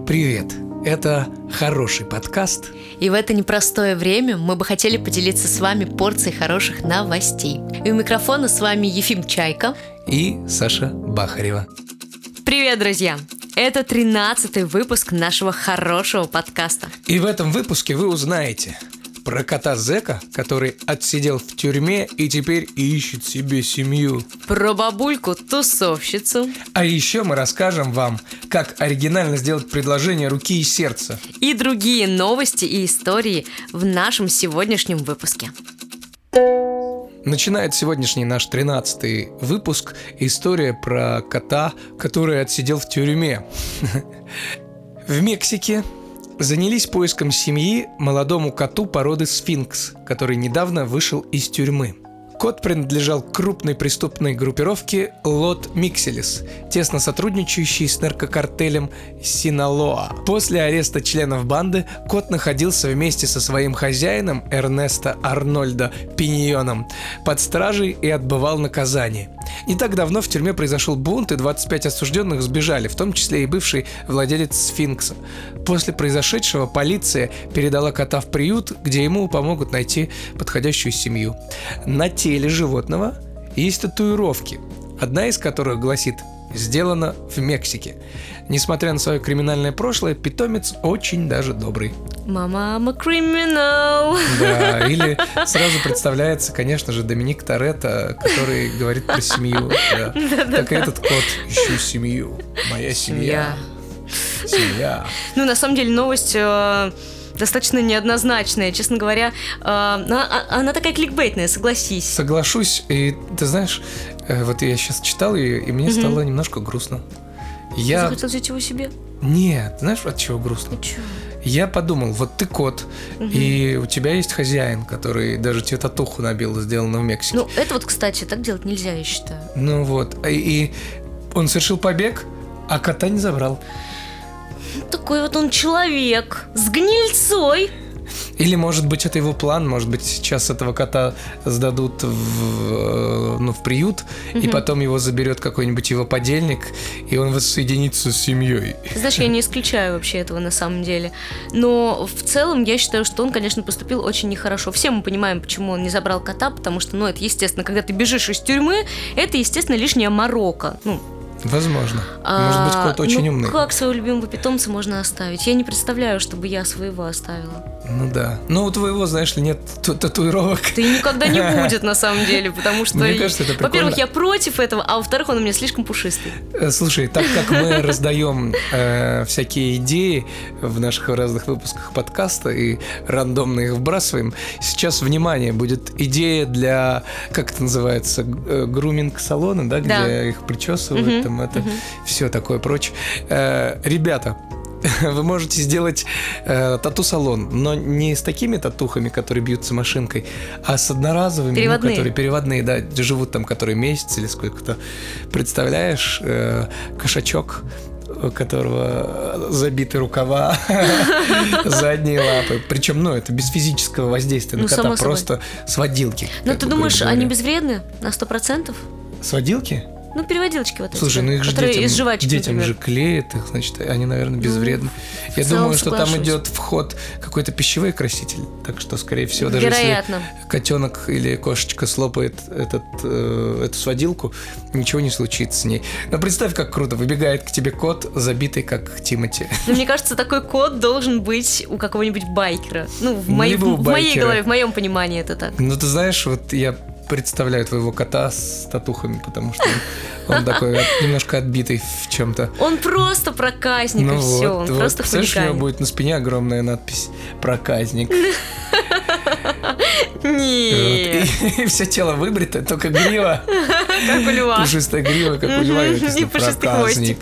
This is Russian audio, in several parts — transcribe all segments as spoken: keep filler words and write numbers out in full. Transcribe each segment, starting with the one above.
Привет! Это хороший подкаст. И в это непростое время мы бы хотели поделиться с вами порцией хороших новостей. И у микрофона с вами Ефим Чайка и Саша Бахарева. Привет, друзья! Это тринадцатый выпуск нашего хорошего подкаста. И в этом выпуске вы узнаете про кота-зэка, который отсидел в тюрьме и теперь ищет себе семью. Про бабульку-тусовщицу. А еще мы расскажем вам, как оригинально сделать предложение руки и сердца. И другие новости и истории в нашем сегодняшнем выпуске. Начинает сегодняшний наш тринадцатый выпуск история про кота, который отсидел в тюрьме. В Мексике занялись поиском семьи молодому коту породы сфинкс, который недавно вышел из тюрьмы. Кот принадлежал крупной преступной группировке Лот Микселес, тесно сотрудничающей с наркокартелем Синалоа. После ареста членов банды кот находился вместе со своим хозяином Эрнесто Арнольдо Пиньоном под стражей и отбывал наказание. Не так давно в тюрьме произошел бунт, и двадцать пять осужденных сбежали, в том числе и бывший владелец сфинкса. После произошедшего полиция передала кота в приют, где ему помогут найти подходящую семью. На теле животного есть татуировки, одна из которых гласит «Сделано в Мексике». Несмотря на свое криминальное прошлое, питомец очень даже добрый. Мама, I'm a criminal. Да, или сразу представляется, конечно же, Доминик Торетто, который говорит про семью. Да. Так и этот кот, ищу семью, моя семья. Семья. Ну, на самом деле, новость э, достаточно неоднозначная. Честно говоря, э, она, она такая кликбейтная, согласись. Соглашусь, и ты знаешь, э, вот я сейчас читал ее, и мне угу. стало немножко грустно. Я... Ты захотел взять его себе? Нет, знаешь, от чего грустно? От чего? Я подумал, вот ты кот, угу. и у тебя есть хозяин, который даже тебе татуху набил, сделано в Мексике. Ну, это вот, кстати, так делать нельзя, я считаю. Ну вот, и, и он совершил побег, а кота не забрал. Такой вот он человек с гнильцой. Или, может быть, это его план, может быть, сейчас этого кота сдадут в, ну, в приют, угу. и потом его заберет какой-нибудь его подельник, и он воссоединится с семьей. Знаешь, я не исключаю вообще этого на самом деле. Но в целом я считаю, что он, конечно, поступил очень нехорошо. Все мы понимаем, почему он не забрал кота, потому что, ну, это естественно, когда ты бежишь из тюрьмы, это, естественно, лишняя морока. Ну, возможно. Может быть, кот очень ну, умный. Как своего любимого питомца можно оставить? Я не представляю, чтобы я своего оставила. Ну да. Но у твоего, знаешь ли, нет татуировок. Да и никогда не будет, на самом деле, потому что, мне кажется, это прикольно. Во-первых, я против этого, а во-вторых, он у меня слишком пушистый. Слушай, так как мы раздаем э, всякие идеи в наших разных выпусках подкаста и рандомно их вбрасываем, сейчас, внимание, будет идея для, как это называется, груминг-салона, да, где да. их причесывают, угу, там это, угу. все такое прочее. Э, ребята, вы можете сделать э, тату-салон, но не с такими татухами, которые бьются машинкой, а с одноразовыми, переводные. Ну, которые переводные, да, живут там, которые месяц или сколько-то. Представляешь, э, кошачок, у которого забиты рукава, задние лапы. Причем, ну, это без физического воздействия на кота, просто с водилки. Ну, ты думаешь, они безвредны на сто процентов? С водилки? Ну, переводилочки вот эти. Слушай, ну их же которые детям, из жвачек, детям например. же клеят их, значит, они, наверное, безвредны. Ну, Я думаю, что соглашусь. там идет в ход какой-то пищевой краситель, так что, скорее всего, даже вероятно. если котенок или кошечка слопает этот, э, эту сводилку, ничего не случится с ней. Но представь, как круто, выбегает к тебе кот, забитый, как Тимати. Ну, мне кажется, такой кот должен быть у какого-нибудь байкера. Ну, в, моей, Либо у в моей байкера. голове, в моем понимании это так. Ну, ты знаешь, вот я представляю твоего кота с татухами, потому что он, он такой немножко отбитый в чем-то. Он просто проказник, ну и все, вот, он вот. просто Представляешь, хулиган. у него будет на спине огромная надпись «Проказник». Нет. И все тело выбрито, только грива. Как у льва. Пушистая грива, как у льва, и написано «Проказник».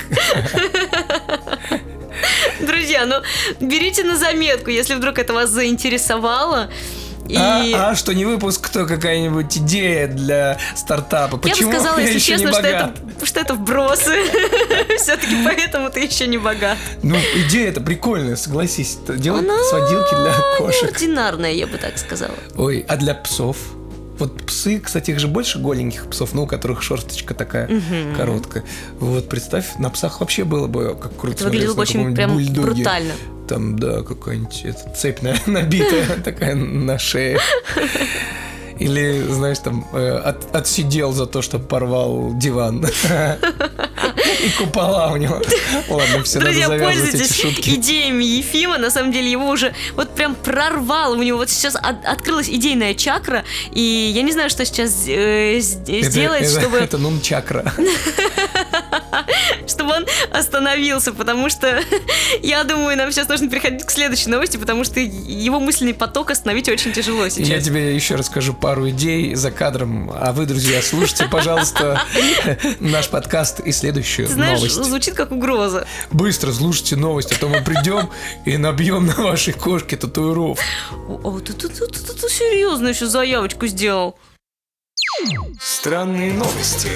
Друзья, ну берите на заметку, если вдруг это вас заинтересовало. И... А, а что не выпуск, то какая-нибудь идея для стартапа. Почему я бы сказала, я если еще честно, не что богат? это, что это вбросы. Все-таки поэтому ты еще не богат. Ну, идея-то прикольная, согласись. Делать Она сводилки для кошек. неординарная, я бы так сказала. Ой, а для псов? Вот псы, кстати, их же больше голеньких псов, ну, у которых шерсточка такая Мгм. короткая. Вот представь, на псах вообще было бы как круто Это выглядело бы смотреться на очень каком-нибудь прям бульдоге. брутально. Там, да, какая-нибудь эта цепь на- набитая такая на шее. Или, знаешь, там э, от- отсидел за то, что порвал диван. И купола у него. Ладно, все, надо Друзья, завязывать эти пользуйтесь шутки. идеями Ефима. На самом деле его уже вот прям прорвало. У него вот сейчас от- открылась идейная чакра. И я не знаю, что сейчас э, с- Это- сделать, это- чтобы, Это нун-чакра. чтобы он остановился. Потому что я думаю, нам сейчас нужно переходить к следующей новости, потому что его мысленный поток остановить очень тяжело Я сейчас. тебе еще расскажу пару идей за кадром. А вы, друзья, слушайте, пожалуйста, наш подкаст и следующую Ты знаешь, новость. звучит как угроза. Быстро слушайте новость, а то мы придем и набьем на вашей кошке татуировку. О, ты, ты, ты, ты- ты- ты серьезно еще заявочку сделал. Странные новости.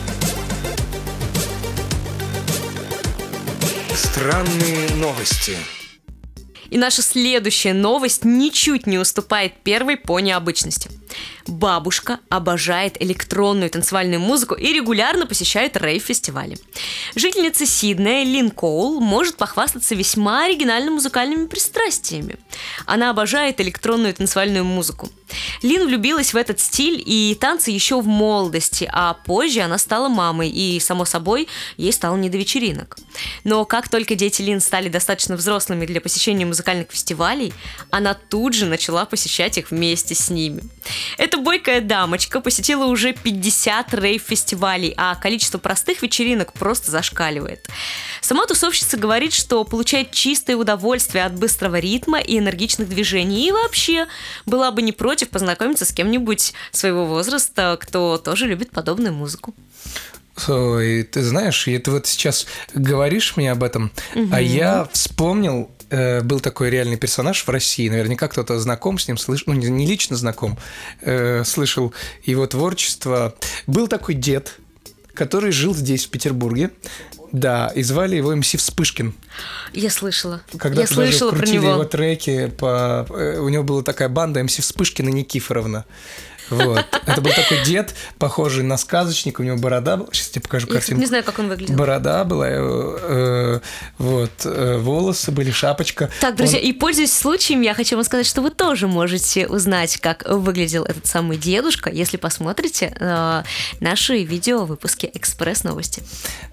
Странные новости. И наша следующая новость ничуть не уступает первой по необычности. Бабушка обожает электронную танцевальную музыку и регулярно посещает рейв-фестивали. Жительница Сиднея Лин Коул может похвастаться весьма оригинальными музыкальными пристрастиями. Она обожает электронную танцевальную музыку. Лин влюбилась в этот стиль и танцы еще в молодости, а позже она стала мамой, и, само собой, ей стало не до вечеринок. Но как только дети Лин стали достаточно взрослыми для посещения музыкальных фестивалей, она тут же начала посещать их вместе с ними. Эта бойкая дамочка посетила уже пятьдесят рейв-фестивалей, а количество простых вечеринок просто зашкаливает. Сама тусовщица говорит, что получает чистое удовольствие от быстрого ритма и энергичных движений, и вообще была бы не против познакомиться с кем-нибудь своего возраста, кто тоже любит подобную музыку. Ой, ты знаешь, и ты вот сейчас говоришь мне об этом, Мгм. а я вспомнил, э, был такой реальный персонаж в России, наверняка кто-то знаком с ним, слыш... ну не не лично знаком, э, слышал его творчество. Был такой дед, который жил здесь, в Петербурге, да, и звали его МС Вспышкин. Я слышала. Когда Я слышала про крутили него. его треки, по... э, у него была такая банда МС Вспышкина Никифоровна. Вот. Это был такой дед, похожий на сказочника, у него борода была. Сейчас я тебе покажу Я, кстати, картинку. не знаю, как он выглядел. Борода была, э, э, вот, э, волосы были, шапочка. Так, друзья, Он- и пользуясь случаем, я хочу вам сказать, что вы тоже можете узнать, как выглядел этот самый дедушка, если посмотрите э, наши видео-выпуски «Экспресс-новости».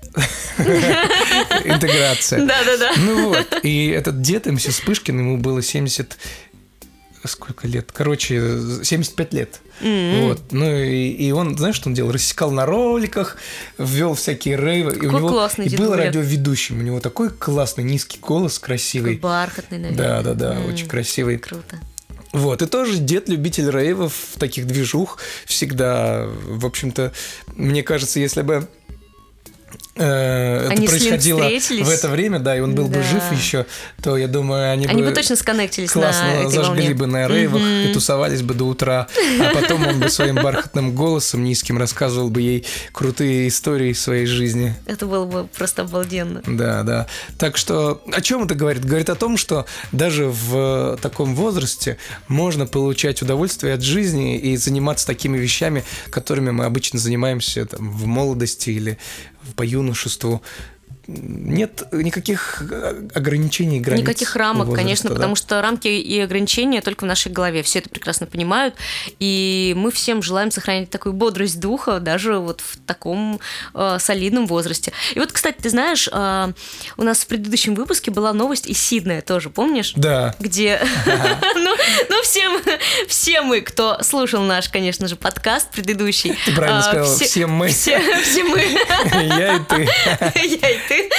Интеграция. Да-да-да. Ну вот, и этот дед МС Вспышкин, ему было семьдесят... Сколько лет? Короче, семьдесят пять лет. М-м. Вот. Ну и, и он, знаешь, что он делал? Рассекал на роликах, ввел всякие рейвы. И у Какой него классный и был дедуля. радиоведущим. У него такой классный низкий голос, красивый. Такой бархатный, наверное. Да, да, да, М, очень красивый. Круто. Вот, и тоже дед-любитель рейвов, таких движух, всегда, в общем-то, мне кажется, если бы э, это Они с Лин происходило встретились. в это время, да, и он был бы Да. жив еще, то, я думаю, они, Они бы бы точно сконнектились на классно этой зажгли волне. бы на рейвах Мгм. и тусовались бы до утра, а потом он бы своим бархатным голосом низким рассказывал бы ей крутые истории своей жизни. Это было бы просто обалденно. Да, да. Так что о чем это говорит? Говорит о том, что даже в таком возрасте можно получать удовольствие от жизни и заниматься такими вещами, которыми мы обычно занимаемся там, в молодости или по юношеству. Нет никаких ограничений, границ. Никаких рамок, возраста, конечно, да. потому что рамки и ограничения только в нашей голове. Все это прекрасно понимают. И мы всем желаем сохранить такую бодрость духа даже вот в таком э, солидном возрасте. И вот, кстати, ты знаешь, э, у нас в предыдущем выпуске была новость из Сиднея тоже, помнишь? Да. Где, ну, ну все, мы, все мы, кто слушал наш, конечно же, подкаст предыдущий. Ты правильно а, сказала, все мы. Все, все мы. Я и ты. Я и ты.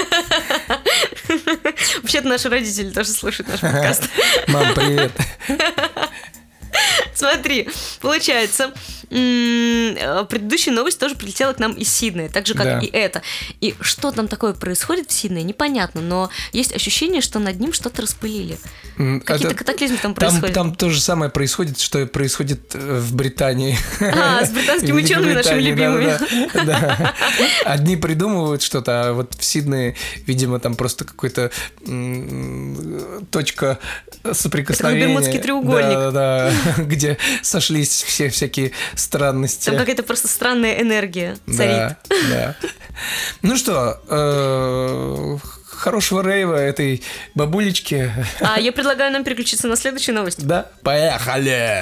Вообще-то наши родители тоже слушают наш подкаст. Мам, привет. Смотри, получается, м, предыдущая новость тоже прилетела к нам из Сиднея, так же, как Да. и эта. И что там такое происходит в Сиднее, непонятно, но есть ощущение, что над ним что-то распылили. М, Какие-то это- катаклизмы там Там, происходят. там то же самое происходит, что и происходит э, в Британии. А, с британскими В учеными нашими Великобритании, любимыми. да, да, да. Одни придумывают что-то, а вот в Сиднее, видимо, там просто какой-то м, там точка соприкосновения. Это Бермудский треугольник. Да, да, да, где сошлись все всякие странности. Там какая-то просто странная энергия царит. Да, да. Ну что, э, хорошего рейва этой бабулечки. А я предлагаю нам переключиться на следующую новость. Да, поехали!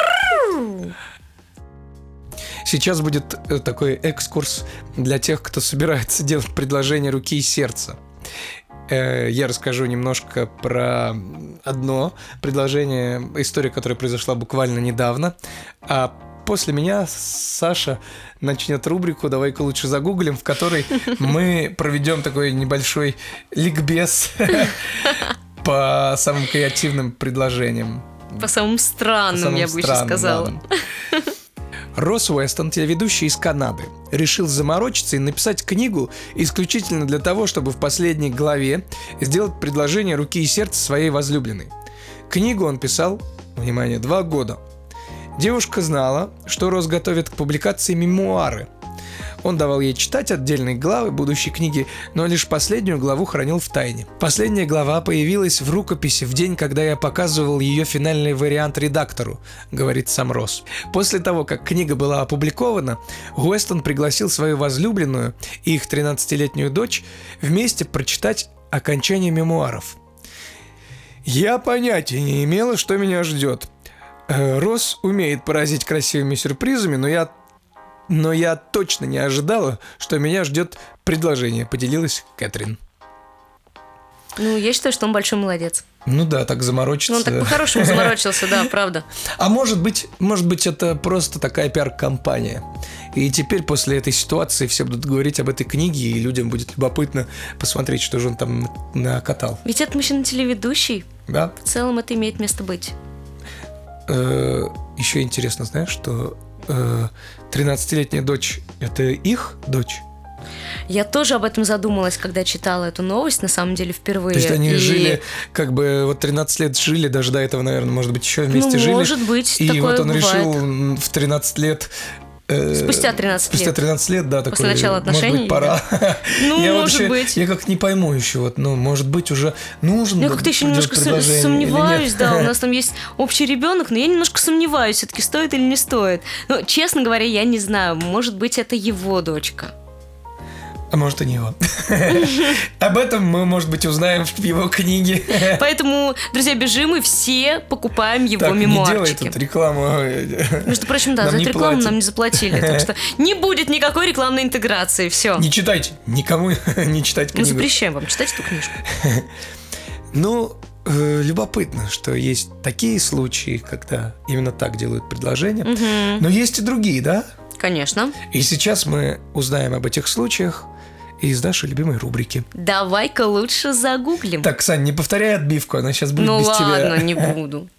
Сейчас будет такой экскурс для тех, кто собирается делать предложение руки и сердца. Я расскажу немножко про одно предложение, история, которая произошла буквально недавно. А после меня Саша начнет рубрику «Давай-ка лучше загуглим», в которой мы проведем такой небольшой ликбез по самым креативным предложениям. По самым странным, самым я бы странным, еще сказала. Да. Росс Уэстон, телеведущий из Канады, решил заморочиться и написать книгу исключительно для того, чтобы в последней главе сделать предложение руки и сердца своей возлюбленной. Книгу он писал, внимание, два года. Девушка знала, что Росс готовит к публикации мемуары. Он давал ей читать отдельные главы будущей книги, но лишь последнюю главу хранил в тайне. Последняя глава появилась в рукописи в день, когда я показывал ее финальный вариант редактору, говорит сам Росс. После того, как книга была опубликована, Уэстон пригласил свою возлюбленную и их тринадцатилетнюю дочь вместе прочитать окончание мемуаров. Я понятия не имела, что меня ждет. Росс умеет поразить красивыми сюрпризами, но я Но я точно не ожидала, что меня ждет предложение, поделилась Кэтрин. Ну, я считаю, что он большой молодец. Ну да, так заморочиться. Ну, он так по-хорошему заморочился, да, правда. А может быть, может быть, это просто такая пиар-компания. И теперь после этой ситуации все будут говорить об этой книге, и людям будет любопытно посмотреть, что же он там накатал. Ведь это мужчина-телеведущий. Да. В целом это имеет место быть. Еще интересно, знаешь, что тринадцатилетняя дочь – это их дочь? Я тоже об этом задумалась, когда читала эту новость, на самом деле, впервые. То есть они и... жили, как бы, вот тринадцать лет жили, даже до этого, наверное, может быть, еще вместе ну, жили. может быть, и такое вот он бывает. решил в тринадцать лет... Э, спустя тринадцать спустя лет. тринадцать лет, да, такой. После начала отношений. Может быть, пора. Да. Ну, я может вообще, быть. Я как не пойму еще, вот, ну, может быть, уже нужно. Я как-то еще немножко сомневаюсь, да, у нас там есть общий ребенок, но я немножко сомневаюсь, все-таки стоит или не стоит. Но, честно говоря, я не знаю, может быть, это его дочка. А может, и не его. Об этом мы, может быть, узнаем в его книге. Поэтому, друзья, бежим и все покупаем его так, мемуарчики. Не делай тут рекламу. Между прочим, да, нам за эту рекламу платят. Нам не заплатили. Так что не будет никакой рекламной интеграции. Все. Не читайте. Никому не читать книгу. Мы запрещаем вам читать эту книжку. Ну, э, любопытно, что есть такие случаи, когда именно так делают предложения. Угу. Но есть и другие, да? Конечно. И сейчас мы узнаем об этих случаях из нашей любимой рубрики. Давай-ка лучше загуглим. Так, Сань, не повторяй отбивку, она сейчас будет ну без ладно, тебя. Ну ладно, не буду.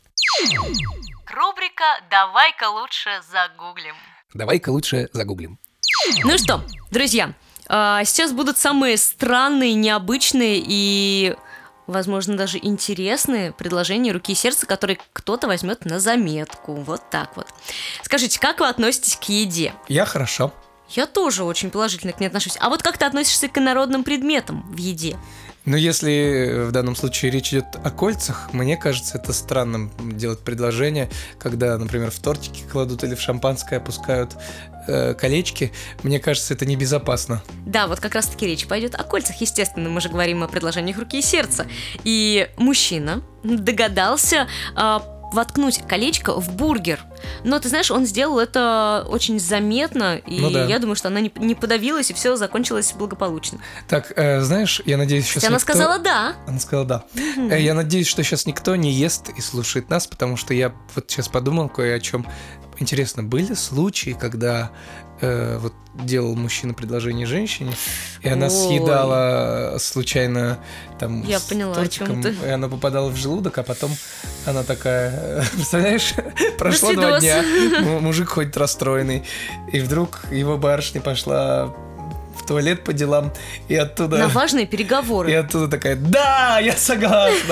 Рубрика «Давай-ка лучше загуглим». Давай-ка лучше загуглим. Ну что, друзья, сейчас будут самые странные, необычные и, возможно, даже интересные предложения руки и сердца, которые кто-то возьмет на заметку. Вот так вот. Скажите, как вы относитесь к еде? Я хорошо. Я тоже очень положительно к ней отношусь. А вот как ты относишься к инородным предметам в еде? Ну, если в данном случае речь идет о кольцах, мне кажется, это странным делать предложение, когда, например, в тортики кладут или в шампанское опускают э, колечки. Мне кажется, это небезопасно. Да, вот как раз-таки речь пойдет о кольцах. Естественно, мы же говорим о предложениях руки и сердца. И мужчина догадался... Э, воткнуть колечко в бургер. Но, ты знаешь, он сделал это очень заметно, и ну да. я думаю, что она не, не подавилась, и все закончилось благополучно. Так, э, знаешь, я надеюсь, сейчас Хотя никто... она сказала «да». Она сказала «да». Mm-hmm. Э, я надеюсь, что сейчас никто не ест и слушает нас, потому что я вот сейчас подумал кое о чем. Интересно, были случаи, когда э, вот делал мужчина предложение женщине, и она Ой. съедала случайно там я с поняла, тортиком, о чем ты. и она попадала в желудок, а потом она такая, представляешь, прошло два дня, мужик ходит расстроенный, и вдруг его барышня пошла в туалет по делам, и оттуда... На важные переговоры. И оттуда такая, да, я согласна.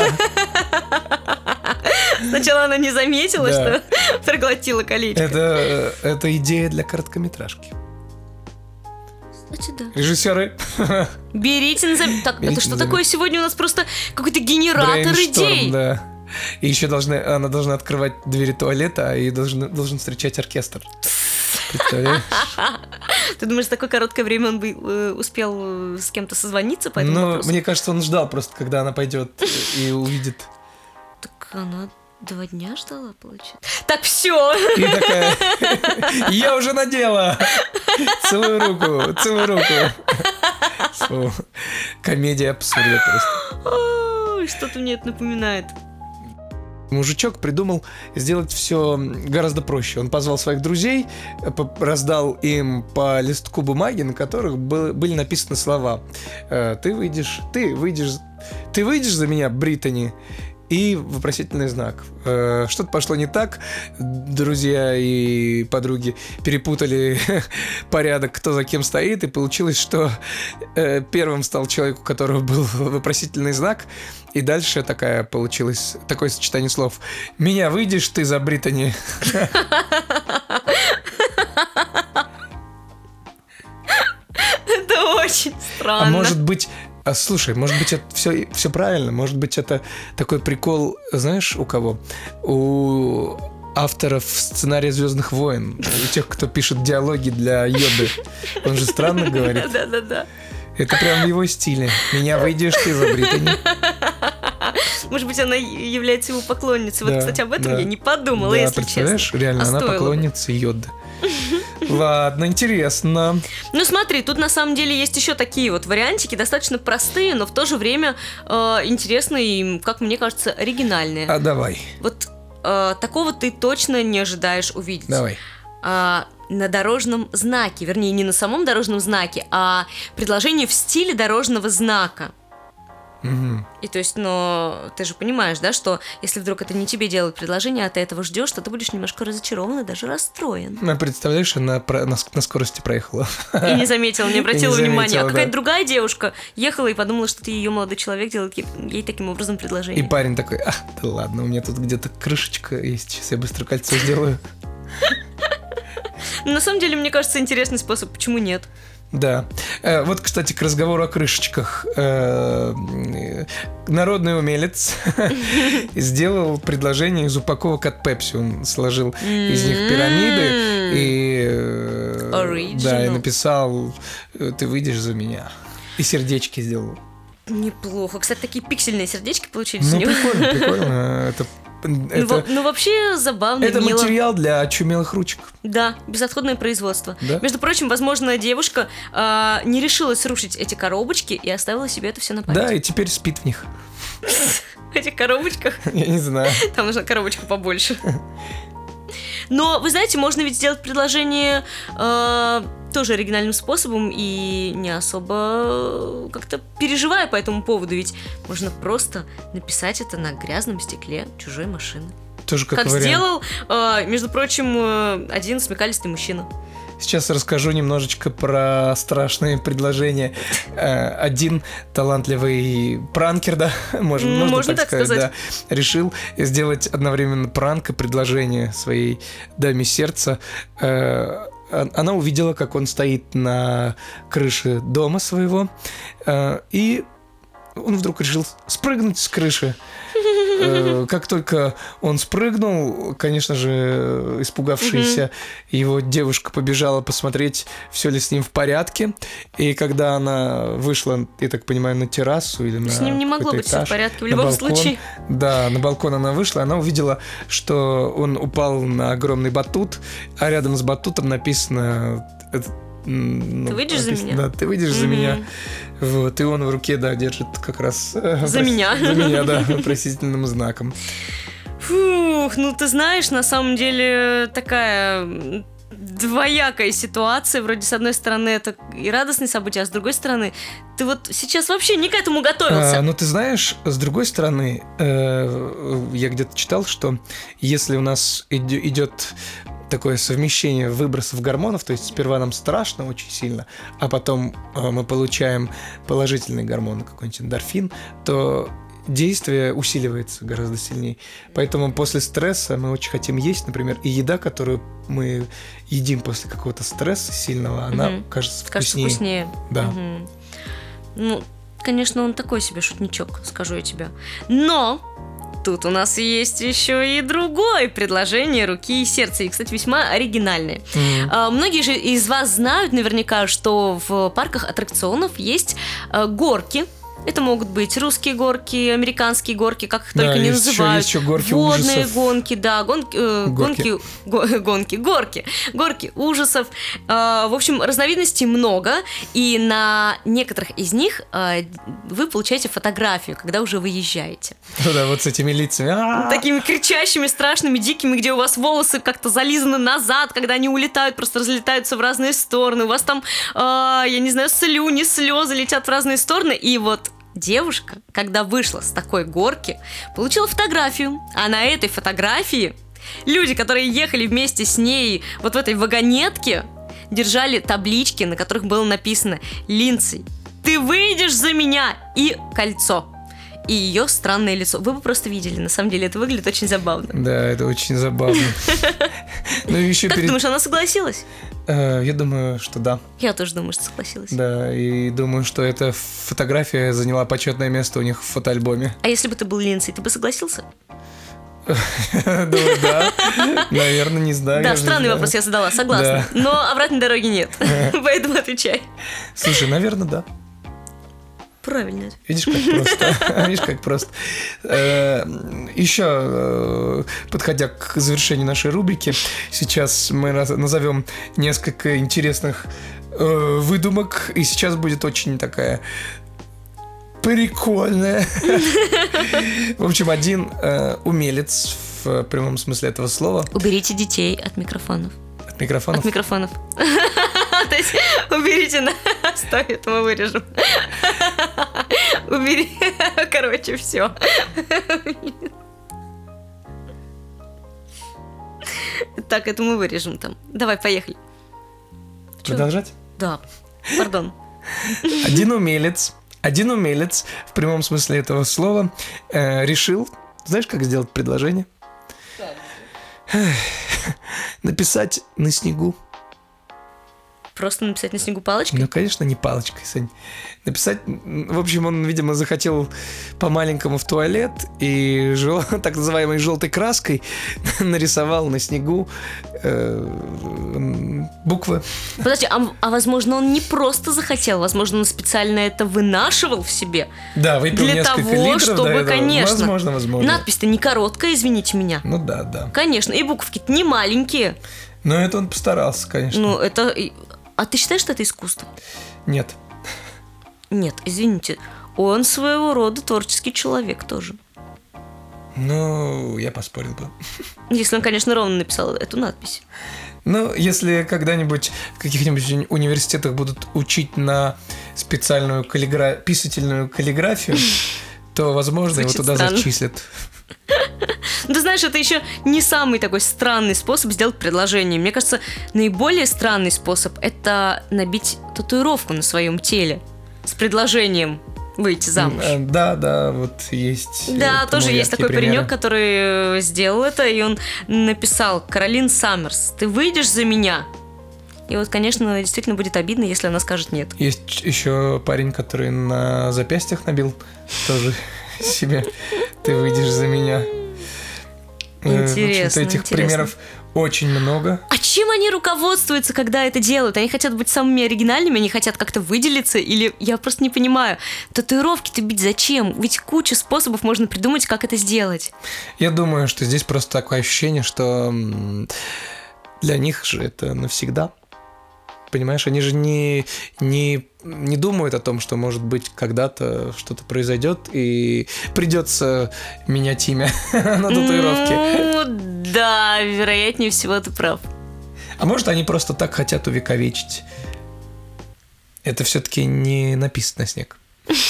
Сначала она не заметила, да. что проглотила колечко. Это, это идея для короткометражки. Кстати, да. Режиссеры. Берите на заметку. Так, Берите это что на такое заметку. сегодня у нас просто какой-то генератор Брейншторм, идей? да. И еще должны, она должна открывать двери туалета, и должен, должен встречать оркестр. Представляешь? Ты думаешь, за такое короткое время он бы э, успел э, с кем-то созвониться по этому Ну, вопросу? мне кажется, он ждал просто, когда она пойдет и увидит. Так она два дня ждала, получается. Так, все. И такая, я уже надела. Целую руку, целую руку. Фу. Комедия абсурда просто. Что-то мне это напоминает. Мужичок придумал сделать все гораздо проще. Он позвал своих друзей, по- раздал им по листку бумаги, на которых был- были написаны слова. Э, Ты выйдешь, ты выйдешь, ты выйдешь за меня, Британи, и вопросительный знак. Э, Что-то пошло не так. Друзья и подруги перепутали порядок, кто за кем стоит, и получилось, что э, первым стал человек, у которого был вопросительный знак, и дальше такая получилось такое сочетание слов. Меня выйдешь, ты за Британи. Это очень странно. А может быть, а слушай, может быть, это все, все правильно, может быть, это такой прикол, знаешь, у кого? У авторов сценария «Звездных войн», у тех, кто пишет диалоги для Йоды. Он же странно говорит. Да-да-да. Это прям в его стиле. Меня выйдешь, ты за Британи. Может быть, она является его поклонницей. Вот, Да, кстати, об этом да. я не подумала, Да, если представляешь, честно. реально, А она стоило бы. поклонница Йоды. Ладно, интересно. Ну смотри, тут на самом деле есть еще такие вот вариантики, достаточно простые, но в то же время э, интересные и, как мне кажется, оригинальные. А давай, Вот э, такого ты точно не ожидаешь увидеть. давай. А, на дорожном знаке, вернее, не на самом дорожном знаке, а предложение в стиле дорожного знака. Мгм. И то есть, но ты же понимаешь, да, что если вдруг это не тебе делают предложение, а ты этого ждешь, то ты будешь немножко разочарован и даже расстроен. Ну, представляешь, она про- на, с- на скорости проехала. И не заметила, не обратила И не внимания. заметила, А какая-то да. другая девушка ехала и подумала, что ты ее молодой человек, делает ей, ей таким образом И предложение. парень такой, а, да ладно, у меня тут где-то крышечка есть, сейчас я быстро кольцо сделаю. Но на самом деле, мне кажется, интересный способ, почему нет? Да. Э, Вот, кстати, к разговору о крышечках. Э, э, Народный умелец сделал предложение из упаковок от Пепси. Он сложил из них пирамиды и, э, Original. да, и написал э, «Ты выйдешь за меня». И сердечки сделал. Неплохо. Кстати, такие пиксельные сердечки получились у Ну, него. прикольно, прикольно. Это, Ну, это, во- ну, вообще забавно, это мило. материал для очумелых ручек. Да, безотходное производство. Да? Между прочим, возможно, девушка а, не решилась рушить эти коробочки и оставила себе это все на память. Да, и теперь спит в них. В этих коробочках. Я не знаю. Там нужна коробочка побольше. Но, вы знаете, можно ведь сделать предложение э, тоже оригинальным способом и не особо э, как-то переживая по этому поводу. Ведь можно просто написать это на грязном стекле чужой машины. Тоже как, Как, вариант. сделал, э, между прочим, э, один смекалистый мужчина. Сейчас расскажу немножечко про страшные предложения. Э, Один талантливый пранкер, да, можно, М, можно, можно так, так сказать, сказать. да, решил сделать одновременно пранк и предложение своей даме сердца. Э, он- Она увидела, как он стоит на крыше дома своего, э, и он вдруг решил спрыгнуть с крыши. Э, Как только он спрыгнул, конечно же, испугавшаяся его девушка побежала посмотреть, все ли с ним в порядке. И когда она вышла, я так понимаю, на террасу или на С ним не могло какой-то быть все в этаж, порядке в на любом балкон, случае. Да, на балкон она вышла, она увидела, что он упал на огромный батут, а рядом с батутом написано... э, м, ну, Ты выйдешь за написано, меня? Да, ты выйдешь за Мгм. меня. Вот, и он в руке, да, держит как раз... э, За прос- меня. За меня, да, вопросительным знаком. Фух, ну ты знаешь, на самом деле такая м, двоякая ситуация. Вроде с одной стороны это и радостные события, а с другой стороны ты вот сейчас вообще не к этому готовился. А, ну, ты знаешь, с другой стороны, э, я где-то читал, что если у нас иде- идет такое совмещение выбросов гормонов, то есть сперва нам страшно очень сильно, а потом э, мы получаем положительный гормон, какой-нибудь эндорфин, то действие усиливается гораздо сильнее. Поэтому после стресса мы очень хотим есть, например, и еда, которую мы едим после какого-то стресса сильного, она Мгм. кажется Кажется вкуснее. вкуснее. Да. Мгм. Ну, конечно, он такой себе шутничок, скажу я тебе. Но тут у нас есть еще и другое предложение руки и сердца. И, кстати, весьма оригинальное. Мгм. А, Многие же из вас знают наверняка, что в парках аттракционов есть а, горки. Это могут быть русские горки, американские горки, как их Да, только не есть еще- называют. есть еще горки Водные ужасов. гонки, да, гонки, э, Горки. гонки, го- гонки, горки, горки ужасов. А, в общем, разновидностей много, и на некоторых из них а, вы получаете фотографию, когда уже выезжаете. Ну да, вот с этими лицами. А-а-а. Такими кричащими, страшными, дикими, где у вас волосы как-то зализаны назад, когда они улетают, просто разлетаются в разные стороны. У вас там, а, я не знаю, слюни, слезы летят в разные стороны. И вот девушка, когда вышла с такой горки, получила фотографию. А на этой фотографии люди, которые ехали вместе с ней вот в этой вагонетке, держали таблички, на которых было написано: «Линдсей, ты выйдешь за меня!» и кольцо. И ее странное лицо. Вы бы просто видели, на самом деле, это выглядит очень забавно. Да, это очень забавно. Ну и еще Как ты перед... думаешь, она согласилась? Э, Я думаю, что да. Я тоже думаю, что согласилась. Да, и думаю, что эта фотография заняла почетное место у них в фотоальбоме. А если бы ты был Линдсей, ты бы согласился? Думаю, да. Наверное, не знаю. я Да, же не странный знаю. вопрос, я задала, согласна. Но обратной дороги нет. Поэтому отвечай. Слушай, наверное, да. Правильно. Видишь, как просто. Видишь, как просто. Э, Еще, э, подходя к завершению нашей рубрики, сейчас мы раз- назовем несколько интересных э, выдумок, и сейчас будет очень такая прикольная. В общем, один э, умелец в прямом смысле этого слова Уберите детей от микрофонов. от микрофонов. От микрофонов. То есть уберите на... Стой, это мы вырежем. Убери. Короче, все. Так, это мы вырежем там. Давай, поехали. Чё? Продолжать? Да, пардон. Один умелец, один умелец в прямом смысле этого слова э, решил, знаешь, как сделать предложение? Эх, написать на снегу. Просто написать на снегу палочкой? Ну, конечно, не палочкой, Сань. Написать, м, в общем, он, видимо, захотел по-маленькому в туалет и жел- так называемой желтой краской нарисовал на снегу э, м, буквы. Подожди, а, а возможно, он не просто захотел, возможно, он специально это вынашивал в себе. Да, выпил Для несколько того, литров до чтобы, этого. конечно. Возможно, возможно. Надпись-то не короткая, извините меня. Ну да, да. Конечно, и буковки-то не маленькие. Но это он постарался, конечно. Ну, это... и- А ты считаешь, что это искусство? Нет. Нет, извините. Он своего рода творческий человек тоже. Ну, я поспорил бы. Если он, конечно, ровно написал эту надпись. Ну, если когда-нибудь в каких-нибудь уни- университетах будут учить на специальную каллигра... писательную каллиграфию, то, возможно, его Звучит туда странно. зачислят. Ну, ты знаешь, это еще не самый такой странный способ сделать предложение. Мне кажется, наиболее странный способ – это набить татуировку на своем теле с предложением выйти замуж. Э, Да, да, вот есть. э, Да, тому тоже есть яркие такой примеры. паренек, который э, сделал это, и он написал: «Каролин Саммерс, ты выйдешь за меня?» И вот, конечно, действительно будет обидно, если она скажет нет. Есть еще парень, который на запястьях набил тоже себе «Ты выйдешь за меня». Э, в Интересно, общем-то, этих интересно. примеров очень много. А чем они руководствуются, когда это делают? Они хотят быть самыми оригинальными, они хотят как-то выделиться? Или я просто не понимаю, татуировки-то бить зачем? Ведь куча способов можно придумать, как это сделать. Я думаю, что здесь просто такое ощущение, что м, для них же это навсегда. Понимаешь, они же не, не, не думают о том, что, может быть, когда-то что-то произойдет и придется менять имя на татуировке. Ну, да, вероятнее всего ты прав. А может, они просто так хотят увековечить. Это все-таки не написано на снег.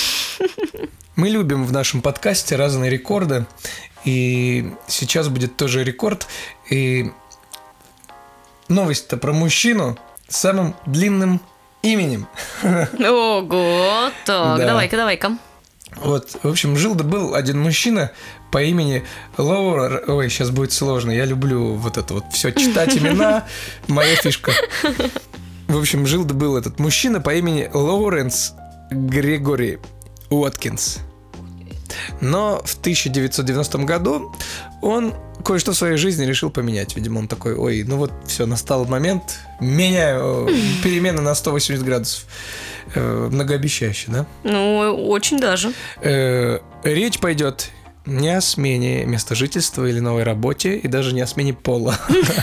Мы любим в нашем подкасте разные рекорды. И сейчас будет тоже рекорд. И новость-то про мужчину с самым длинным именем. Ого, так, Да. давай-ка, давай-ка. Вот, в общем, жил да был один мужчина по имени Лоурен. Ой, сейчас будет сложно. Я люблю вот это вот все читать имена. Моя фишка. В общем, жил да был этот мужчина по имени Лоуренс Грегори Уоткинс. Но в тысяча девятьсот девяностом году он кое-что в своей жизни решил поменять. Видимо, он такой: ой, ну вот все, настал момент, меняю перемены на сто восемьдесят градусов. Э, многообещающе, да? Ну, очень даже. Э, речь пойдет не о смене места жительства или новой работе, и даже не о смене пола.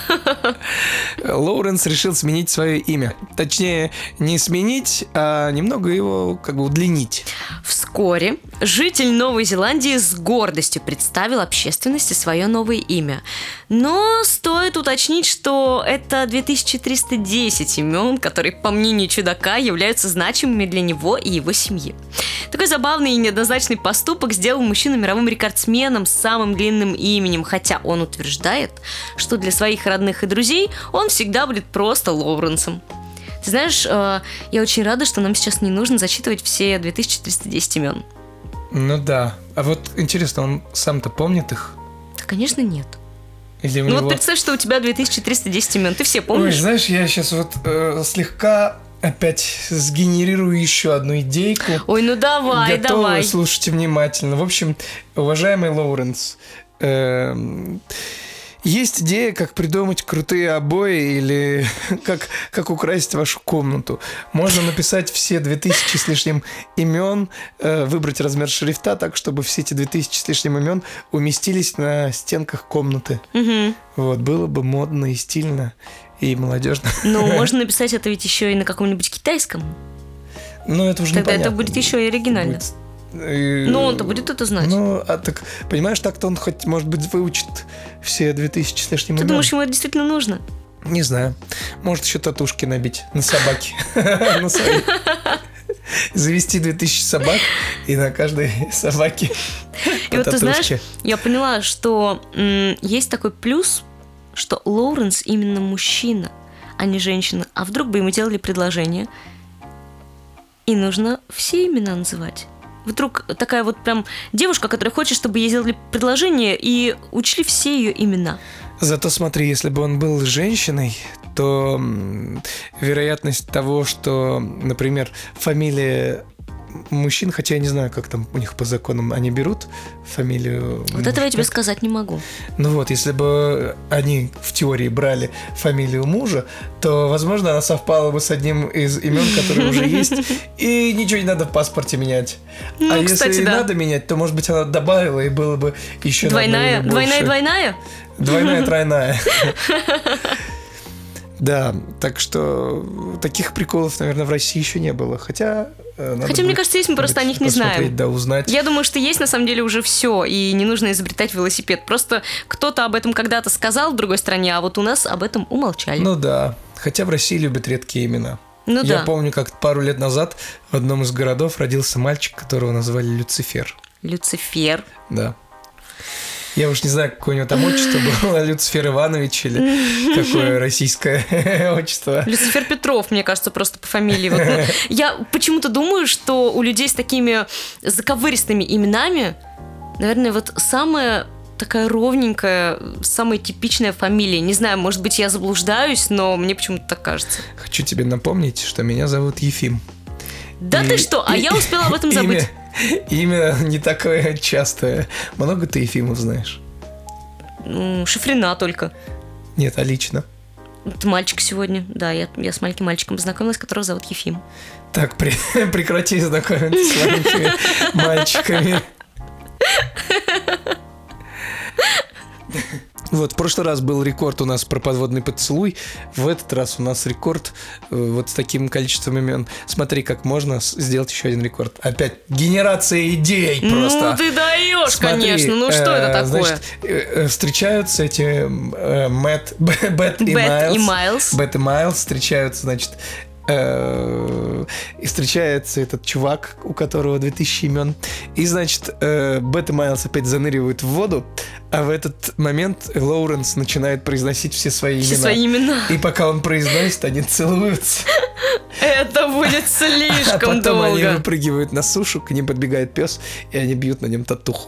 Лоуренс решил сменить свое имя. Точнее, не сменить, а немного его как бы удлинить. Вскоре житель Новой Зеландии с гордостью представил общественности свое новое имя. Но стоит уточнить, что это две тысячи триста десять имен, которые, по мнению чудака, являются значимыми для него и его семьи. Такой забавный и неоднозначный поступок сделал мужчину мировым рекордсменом с самым длинным именем, хотя он утверждает, что для своих родных и друзей он всегда будет просто Лоуренсом. Ты знаешь, я очень рада, что нам сейчас не нужно зачитывать все две тысячи триста десять имен. Ну да. А вот интересно, он сам-то помнит их? Да, конечно, нет. Или у ну него... вот представь, что у тебя две тысячи триста десять имен, ты все помнишь? Ой, знаешь, я сейчас вот э, слегка опять сгенерирую еще одну идейку. Ой, ну давай, Готовы, давай. слушайте внимательно. В общем, уважаемый Лоуренс, э, есть идея, как придумать крутые обои или как, как украсить вашу комнату. Можно написать все две тысячи с лишним имен, э, выбрать размер шрифта так, чтобы все эти две тысячи с лишним имен уместились на стенках комнаты. Угу. Вот, было бы модно и стильно, и молодежно. Ну, можно написать это ведь еще и на каком-нибудь китайском. Ну, это уже Тогда непонятно. это будет еще и оригинально. Будет... И... Ну, он-то будет это знать. Ну, а так, понимаешь, так-то он хоть, может быть, выучит все две тысячи с лишним Ты имен. думаешь, ему это действительно нужно? Не знаю. Может, еще татушки набить на собаке. На свои. Завести две тысячи собак и на каждой собаке И вот ты знаешь, я поняла, что м, есть такой плюс, что Лоуренс именно мужчина, а не женщина. А вдруг бы ему делали предложение, и нужно все имена называть. Вдруг такая вот прям девушка, которая хочет, чтобы ей сделали предложение и учли все ее имена. Зато смотри, если бы он был женщиной, то м, вероятность того, что, например, фамилия мужчин, хотя я не знаю, как там у них по законам они берут фамилию. Вот муж, этого я тебе нет? сказать не могу. Ну вот, если бы они в теории брали фамилию мужа, то, возможно, она совпала бы с одним из имен, которые уже есть, и ничего не надо в паспорте менять. Ну, а кстати, если и да. надо менять, то, может быть, она добавила, и было бы еще Двойная, на одно имя двойная, больше. двойная? Двойная, тройная. Да, так что таких приколов, наверное, в России еще не было. Хотя... надо Хотя, мне будет кажется, есть, мы просто о них не посмотреть, знаем. Да, узнать. Я думаю, что есть на самом деле уже все, и не нужно изобретать велосипед. Просто кто-то об этом когда-то сказал в другой стране, а вот у нас об этом умолчали. Ну да, хотя в России любят редкие имена. Ну Я да. помню, как пару лет назад в одном из городов родился мальчик, которого назвали Люцифер. Люцифер. Да. Я уж не знаю, какое у него там отчество было, Люцифер Иванович или какое российское отчество. Люцифер Петров, мне кажется, просто по фамилии. Вот, ну, я почему-то думаю, что у людей с такими заковыристыми именами, наверное, вот самая такая ровненькая, самая типичная фамилия. Не знаю, может быть, я заблуждаюсь, но мне почему-то так кажется. Хочу тебе напомнить, что меня зовут Ефим. Да И- ты что? А и- я успела об этом забыть. Имя, имя не такое частое. Много ты Ефимов знаешь? Ну, Шифрина только. Нет, а лично. Это мальчик сегодня. Да, я, я с маленьким мальчиком познакомилась, которого зовут Ефим. Так, при- прекрати знакомиться с маленькими мальчиками. Вот, в прошлый раз был рекорд у нас про подводный поцелуй. В этот раз у нас рекорд э, вот с таким количеством имен. Смотри, как можно с- сделать еще один рекорд. Опять генерация идей просто. Ну ты даешь, Смотри, конечно. Ну что э, это такое? Значит, э, э, встречаются эти э, Мэтт, Б- Бет и Бет Майлз. и Майлз. Бет и Майлз встречаются, значит, Э, И встречается этот чувак, у которого две тысячи имен. И, значит, э, Бет и Майлз опять заныривают в воду, а в этот момент Лоуренс начинает произносить все свои Все имена. свои имена. И пока он произносит, они целуются. Это будет А слишком потом они долго. выпрыгивают на сушу, к ним подбегает пес, и они бьют на нем татуху.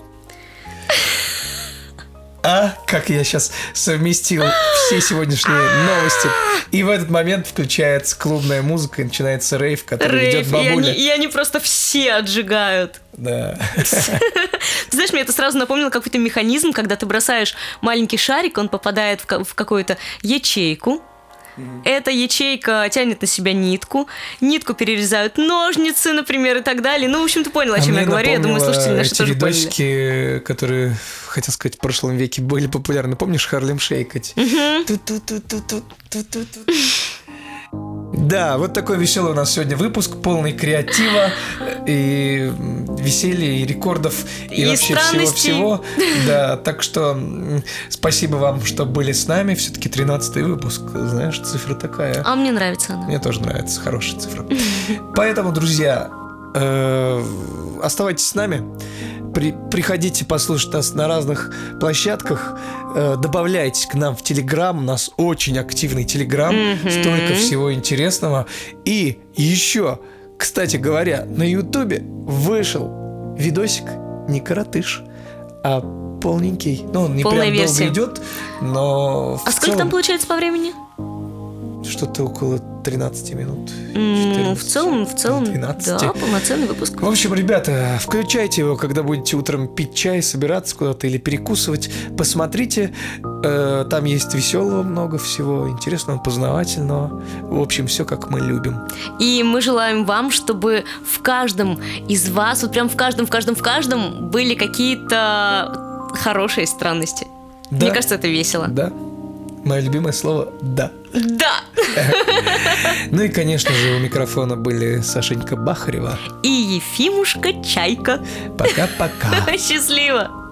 А, как я сейчас совместил все сегодняшние новости. И в этот момент включается клубная музыка, и начинается рейв, который ведет Рейв, и бабуля. они, и они просто все отжигают. Да. Ты знаешь, мне это сразу напомнило какой-то механизм, когда ты бросаешь маленький шарик, он попадает в, ка- в какую-то ячейку. Эта ячейка тянет на себя нитку, нитку перерезают ножницы, например, и так далее. Ну, в общем, ты понял, о А чем мне я говорю. Я думаю, напомнило слушатели наши эти тоже поняли. видосики, которые, хотел сказать, в прошлом веке были популярны. Помнишь Харлем Шейк? эти? Ту-ту-ту-ту-ту-ту-ту. Да, вот такой веселый у нас сегодня выпуск, полный креатива и веселья, и рекордов, и, И вообще странностей. всего-всего. Да, так что м, спасибо вам, что были с нами. Все-таки тринадцатый выпуск, знаешь, цифра такая. А мне нравится она. Мне тоже нравится, хорошая цифра. Поэтому, друзья, э, оставайтесь с нами. При, приходите послушать нас на разных площадках. Э, добавляйтесь к нам в Телеграм. У нас очень активный Телеграм. Мгм. Столько всего интересного. И еще, кстати говоря, на Ютубе вышел видосик не коротыш, а полненький. Ну, он не Полная прям версия. долго идет, но в А сколько там целом получается по времени? что-то около тринадцать минут. М, четырнадцать, В целом, в целом, двенадцать. да, полноценный выпуск. В общем, ребята, включайте его, когда будете утром пить чай, собираться куда-то или перекусывать. Посмотрите, э, там есть веселого много всего, интересного, познавательного. В общем, все как мы любим. И мы желаем вам, чтобы в каждом из вас, вот прям в каждом, в каждом, в каждом были какие-то хорошие странности. Да. Мне кажется, это весело. Да. Мое любимое слово «да». Да! Ну и, конечно же, у микрофона были Сашенька Бахарева. И Ефимушка Чайка. Пока-пока. Счастливо!